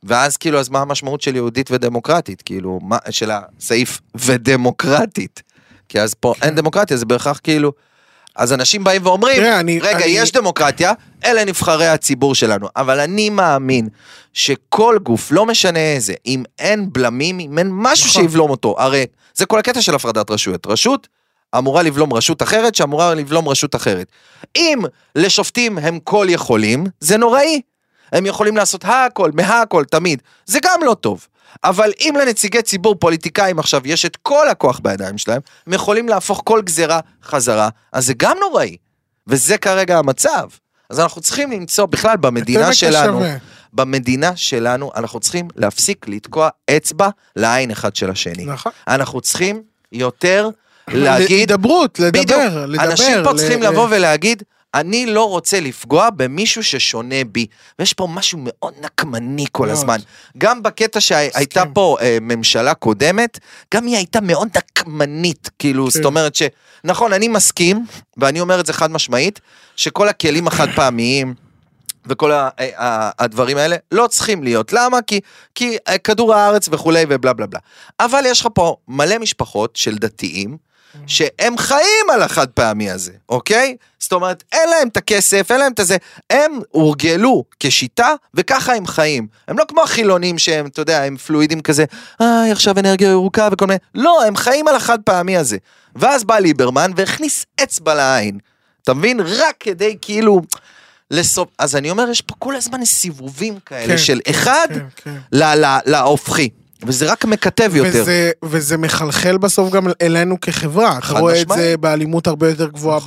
ואז כאילו, אז מה המשמעות של יהודית ודמוקרטית? כאילו, מה, של הסעיף ודמוקרטית? כי אז פה אין דמוקרטיה, זה בהכרח כאילו, אז אנשים באים ואומרים, תראה, אני, רגע, אני... יש דמוקרטיה, אלה נבחרי הציבור שלנו, אבל אני מאמין שכל גוף, לא משנה איזה, אם אין בלמים, אם אין משהו נכון. שיבלום אותו, הרי זה כל הקטע של הפרדת רשויות, רשות אמורה לבלום רשות אחרת, שאמורה לבלום רשות אחרת. אם לשופטים הם כל יכולים, זה נוראי, הם יכולים לעשות הכל, מהכל, תמיד, זה גם לא טוב. אבל אם לנציגי ציבור פוליטיקאים עכשיו יש את כל הכוח בידיים שלהם, הם יכולים להפוך כל גזירה חזרה, אז זה גם נוראי. וזה כרגע המצב. אז אנחנו צריכים למצוא בכלל במדינה שלנו, במדינה שלנו אנחנו צריכים להפסיק לתקוע אצבע לעין אחד של השני. נכון. אנחנו צריכים יותר להגיד... לדברות, לדבר, לדבר. אנשים פה צריכים לבוא ולהגיד, אני לא רוצה לפגוע במישהו ששונה בי, ויש פה משהו מאוד נקמני כל הזמן, גם בקטע שהייתה פה ממשלה קודמת, גם היא הייתה מאוד נקמנית, כאילו, זאת אומרת שנכון, אני מסכים, ואני אומר את זה חד משמעית, שכל הכלים החד פעמיים, וכל הדברים האלה לא צריכים להיות, למה? כי, כי כדור הארץ וכולי ובלה בלה בלה, אבל יש לך פה מלא משפחות של דתיים, שהם חיים על החד פעמי הזה, אוקיי? זאת אומרת, אין להם את הכסף, אין להם את הזה, הם הורגלו כשיטה, וככה הם חיים. הם לא כמו החילונים שהם, אתה יודע, הם פלואידים כזה, אה, עכשיו אנרגיה ירוקה וכל מיני, לא, הם חיים על החד פעמי הזה. ואז בא ליברמן והכניס אצבע לעין, אתה מבין? רק כדי כאילו, לסוף, אז אני אומר, יש פה כל הזמן סיבובים כאלה, כן, של אחד כן, כן. להופכי. וזה רק מקטב יותר. וזה, וזה מחלחל בסוף גם אלינו כחברה. אתה רואה את זה באלימות הרבה יותר גבוהה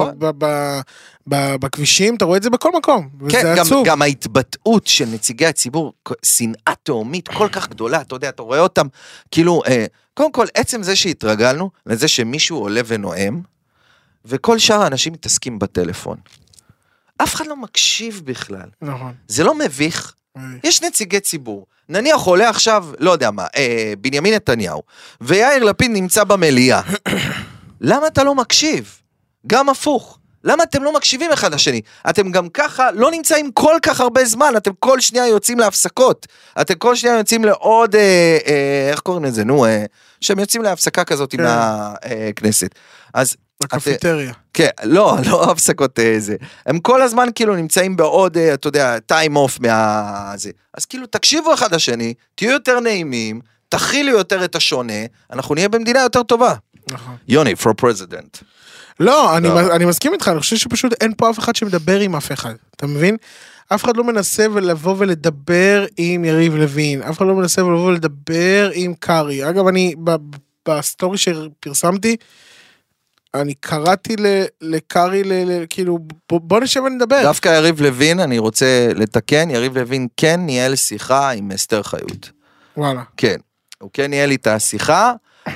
בכבישים, אתה רואה את זה בכל מקום. כן, גם, גם ההתבטאות של נציגי הציבור, שנאה תאומית כל כך גדולה, אתה יודע, אתה רואה אותם, כאילו, קודם כל, עצם זה שהתרגלנו, לזה שמישהו עולה ונואם, וכל שאר האנשים מתעסקים בטלפון. אף אחד לא מקשיב בכלל. נכון. זה לא מביך. יש נציגי ציבור. נניח עולה עכשיו, לא יודע מה, אה, בנימין נתניהו, ויאיר לפיד נמצא במליאה. למה אתה לא מקשיב? גם הפוך. למה אתם לא מקשיבים אחד לשני? אתם גם ככה לא נמצאים כל כך הרבה זמן, אתם כל שנייה יוצאים להפסקות. אתם כל שנייה יוצאים לעוד, אה, אה, איך קוראים לזה? נו, אה, שהם יוצאים להפסקה כזאת כן. עם הכנסת. אז... בקפיטריה. כן, לא, לא הפסקות זה. הם כל הזמן כאילו נמצאים בעוד, אתה יודע, טיים אוף מהזה. אז כאילו תקשיבו אחד לשני, תהיו יותר נעימים, תכילו יותר את השונה, אנחנו נהיה במדינה יותר טובה. נכון. יוני, for president. לא, אני, אני מסכים איתך, אני חושב שפשוט אין פה אף אחד שמדבר עם אף אחד. אתה מבין? אף אחד לא מנסה לבוא ולדבר עם יריב לוין, אף אחד לא מנסה לבוא ולדבר עם קרי. אגב, אני, בסטורי שפרסמתי, אני קראתי לקרי, כאילו, בוא נשב ונדבר. דווקא יריב לוין, אני רוצה לתקן, יריב לוין כן ניהל שיחה עם אסתר חיות. וואלה. כן, הוא כן ניהל איתה שיחה,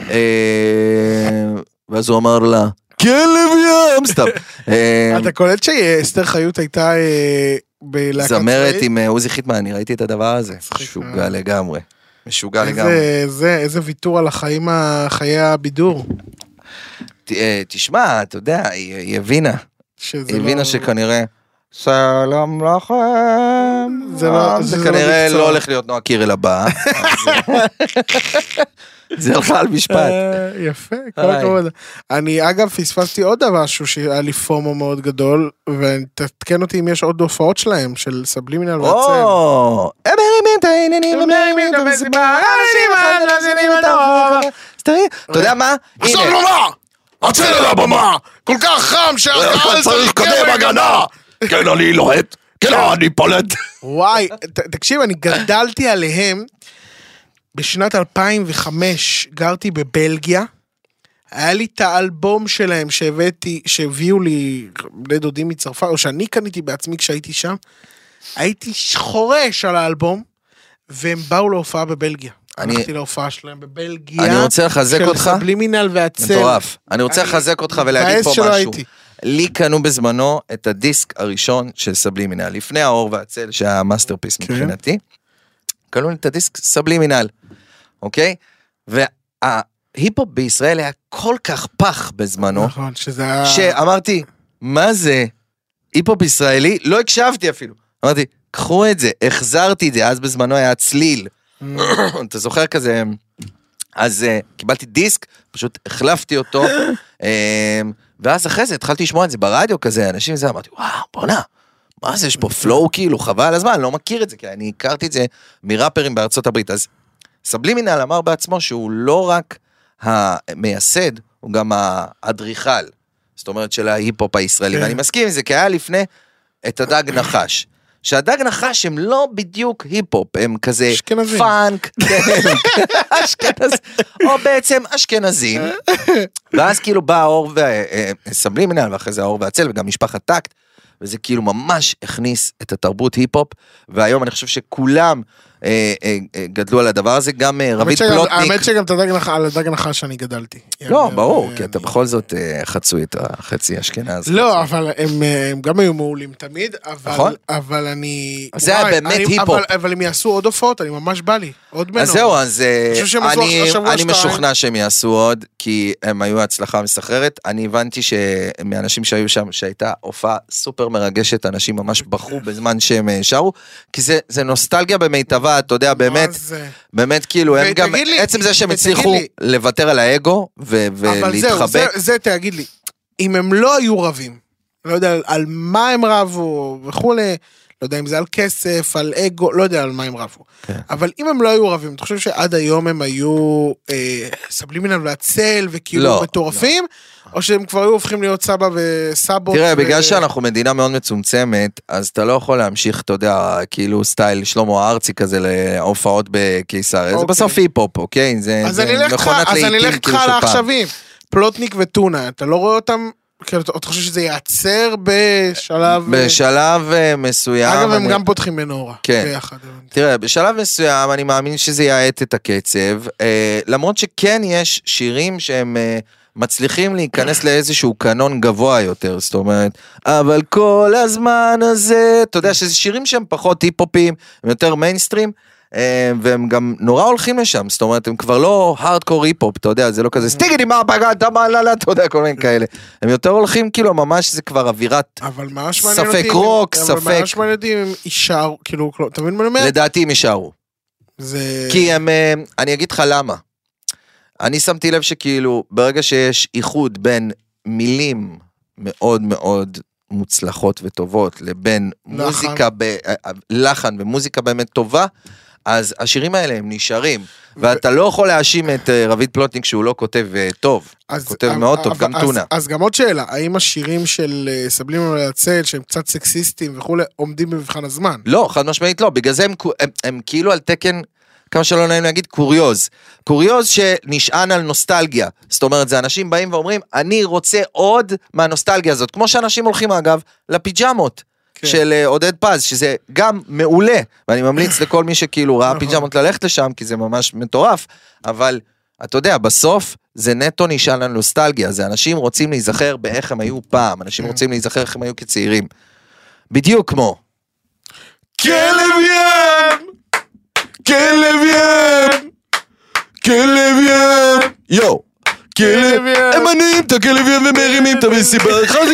ואז הוא אמר לה, כן לוין, סתם. אתה קולט שאסתר חיות הייתה בלהקת צבאית? זמרת עם עוזי חיטמן, אני ראיתי את הדבר הזה, משוגע לגמרי. משוגע לגמרי. איזה ויתור על החיים, חיי הבידור. תשמע, אתה יודע, היא הבינה, היא הבינה שכנראה, שלום לכם, זה כנראה לא הולך להיות נועה קירל הבאה, זה הולך על משפט. יפה, כל הכבוד. אני אגב פספסתי עוד משהו שהיה לי פומו מאוד גדול, ותתקן אותי אם יש עוד הופעות שלהם, של סבלימינל והצל. או, הם מרימים את העניינים, הם מרימים את המסיבה, אנשים אחד לשנים את הרוב. אתה יודע מה? עכשיו לא מה? הצל על הבמה, כל כך חם שהקהל צריך קודם הגנה. כן, אני לוהט, כן, אני פולט. וואי, תקשיב, אני גדלתי עליהם, בשנת אלפיים וחמש גרתי בבלגיה, היה לי את האלבום שלהם שהבאתי, שהביאו לי בני דודים מצרפת, או שאני קניתי בעצמי כשהייתי שם, הייתי חורש על האלבום, והם באו להופעה בבלגיה. הלכתי להופעה שלהם בבלגיה. אני רוצה לחזק אותך. של סבלימינל והצל. מטורף. אני רוצה לחזק אותך ולהגיד פה משהו. לי קנו בזמנו את הדיסק הראשון של סבלימינל, לפני האור והצל, שהיה המאסטרפיס מבחינתי. קנו לי את הדיסק סבלימינל. אוקיי? וההיפ-הופ בישראל היה כל כך פח בזמנו. נכון, שזה היה... שאמרתי, מה זה? היפ-הופ ישראלי? לא הקשבתי אפילו. אמרתי, קחו את זה, החזרתי את זה, אז בזמנו היה צליל. אתה זוכר כזה, אז קיבלתי דיסק, פשוט החלפתי אותו, ואז אחרי זה התחלתי לשמוע את זה ברדיו כזה, אנשים זה, אמרתי, וואו, בוא'נה, מה זה, יש פה פלואו כאילו, חבל הזמן, אני לא מכיר את זה, כי אני הכרתי את זה מראפרים בארצות הברית, אז סבלימינל אמר בעצמו שהוא לא רק המייסד, הוא גם האדריכל, זאת אומרת של ההיפ-הופ הישראלי, ואני מסכים עם זה, כי היה לפני את הדג נחש, שהדג נחש הם לא בדיוק היפ-הופ, הם כזה פאנק, אשכנז, או בעצם אשכנזים, ואז כאילו בא האור וסבלימינל, ואחרי זה האור והצל, וגם משפחת טקט, וזה כאילו ממש הכניס את התרבות היפ-הופ, והיום אני חושב שכולם אה, אה, אה, גדלו על הדבר הזה, גם אה, רבית פלוטניק. האמת שגם על הדג נחש שאני גדלתי. לא, ברור, כי אתה בכל זאת אה, חצוי את החצי אשכנז. לא, אבל הם, הם גם היו מעולים תמיד, אבל, נכון? אבל אני... זה היה באמת היפ-הופ. אבל, אבל הם יעשו עוד הופעות, אני ממש בא לי, עוד מנו. אז זהו, אז אני, אני שתיים. משוכנע שהם יעשו עוד, כי הם היו הצלחה מסחררת. אני הבנתי שמאנשים שהיו שם, שהייתה הופעה סופר מרגשת, אנשים ממש בחרו בזמן שהם שרו, כי זה, זה נוסטלגיה במיטבה, אתה יודע, באמת, באמת כאילו, הם גם, עצם זה שהם הצליחו לוותר על האגו, ולהתחבק. אבל זהו, זה, זה תגיד לי, אם הם לא היו רבים, לא יודע על מה הם רבו, וכולי, לא יודע אם זה על כסף, על אגו, לא יודע על מה הם רבו. כן. אבל אם הם לא היו רבים, אתה חושב שעד היום הם היו אה, סבלימינל והצל, וכאילו לא, מטורפים, לא. או שהם כבר היו הופכים להיות סבא וסבות? תראה, ו... בגלל שאנחנו מדינה מאוד מצומצמת, אז אתה לא יכול להמשיך, אתה יודע, כאילו סטייל שלמה הארצי כזה, להופעות בקיסר. אוקיי. זה בסוף היפ-הופ, אוקיי? זה, אז זה אני אלך איתך לעכשווים. פלוטניק וטונה, אתה לא רואה אותם... אתה חושב שזה ייעצר בשלב... בשלב מסוים... אגב, הם גם פותחים בנורה. כן. תראה, בשלב מסוים אני מאמין שזה יעט את הקצב, למרות שכן יש שירים שהם מצליחים להיכנס לאיזשהו קנון גבוה יותר, זאת אומרת, אבל כל הזמן הזה, אתה יודע שזה שירים שהם פחות היפ-הופים, הם יותר מיינסטרים, והם גם נורא הולכים לשם, זאת אומרת, הם כבר לא הארדקור היפ-הופ, אתה יודע, זה לא כזה, סטיגי מה פגעת, מה לא, לא, אתה יודע, כל מיני כאלה. הם יותר הולכים, כאילו, ממש זה כבר אווירת ספק רוק, ספק. אבל ממש מעניין אותי אם הם יישארו, כאילו, אתה מבין מה אני אומר? לדעתי הם יישארו. כי הם, אני אגיד לך למה. אני שמתי לב שכאילו, ברגע שיש איחוד בין מילים מאוד מאוד מוצלחות וטובות, לבין מוזיקה, לחן ומוזיקה באמת טובה, אז השירים האלה הם נשארים, ואתה לא יכול להאשים את רבית פלוטניק שהוא לא כותב טוב, כותב מאוד טוב, גם טונה. אז גם עוד שאלה, האם השירים של סבלימינל והצל, שהם קצת סקסיסטים וכו', עומדים במבחן הזמן? לא, חד משמעית לא, בגלל זה הם כאילו על תקן, כמה שלא נעים להגיד, קוריוז. קוריוז שנשען על נוסטלגיה. זאת אומרת, זה אנשים באים ואומרים, אני רוצה עוד מהנוסטלגיה הזאת, כמו שאנשים הולכים אגב, לפיג'מות. של עודד פז, שזה גם מעולה, ואני ממליץ לכל מי שכאילו ראה פיג'מות ללכת לשם, כי זה ממש מטורף, אבל אתה יודע, בסוף זה נטו נשען על נוסטלגיה, זה אנשים רוצים להיזכר באיך הם היו פעם, אנשים רוצים להיזכר איך הם היו כצעירים. בדיוק כמו כלב ים! כלב ים! כלב ים! יו! כלב ים! הם מניעים את הכלב ים ומרימים את המסיבה.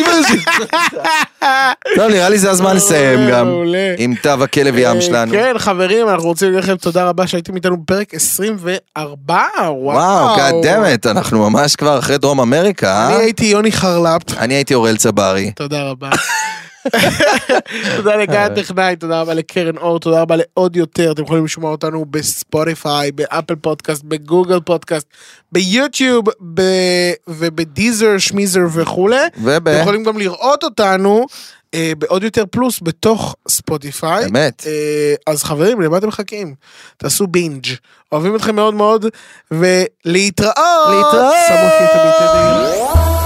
לא, נראה לי זה הזמן לסיים גם עם תו הכלב ים שלנו. כן, חברים, אנחנו רוצים להגיד לכם תודה רבה שהייתם איתנו בפרק עשרים וארבע. וואו, קדמת, אנחנו ממש כבר אחרי דרום אמריקה. אני הייתי יוני חרלפ. אני הייתי אורל צברי. תודה רבה. תודה לגיא הטכנאי, תודה רבה לקרן אור, תודה רבה לעוד יותר. אתם יכולים לשמוע אותנו בספוטיפיי, באפל פודקאסט, בגוגל פודקאסט, ביוטיוב ובדיזר, שמיזר וכו'. אתם יכולים גם לראות אותנו בעוד יותר פלוס בתוך ספוטיפיי. באמת. אז חברים, למה אתם מחכים? תעשו בינג'. אוהבים אתכם מאוד מאוד, ולהתראות. להתראות.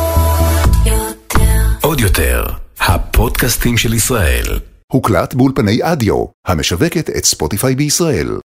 עוד יותר. הפודקאסטים של ישראל. הוקלט באולפני אדיו, המשווקת את ספוטיפיי בישראל.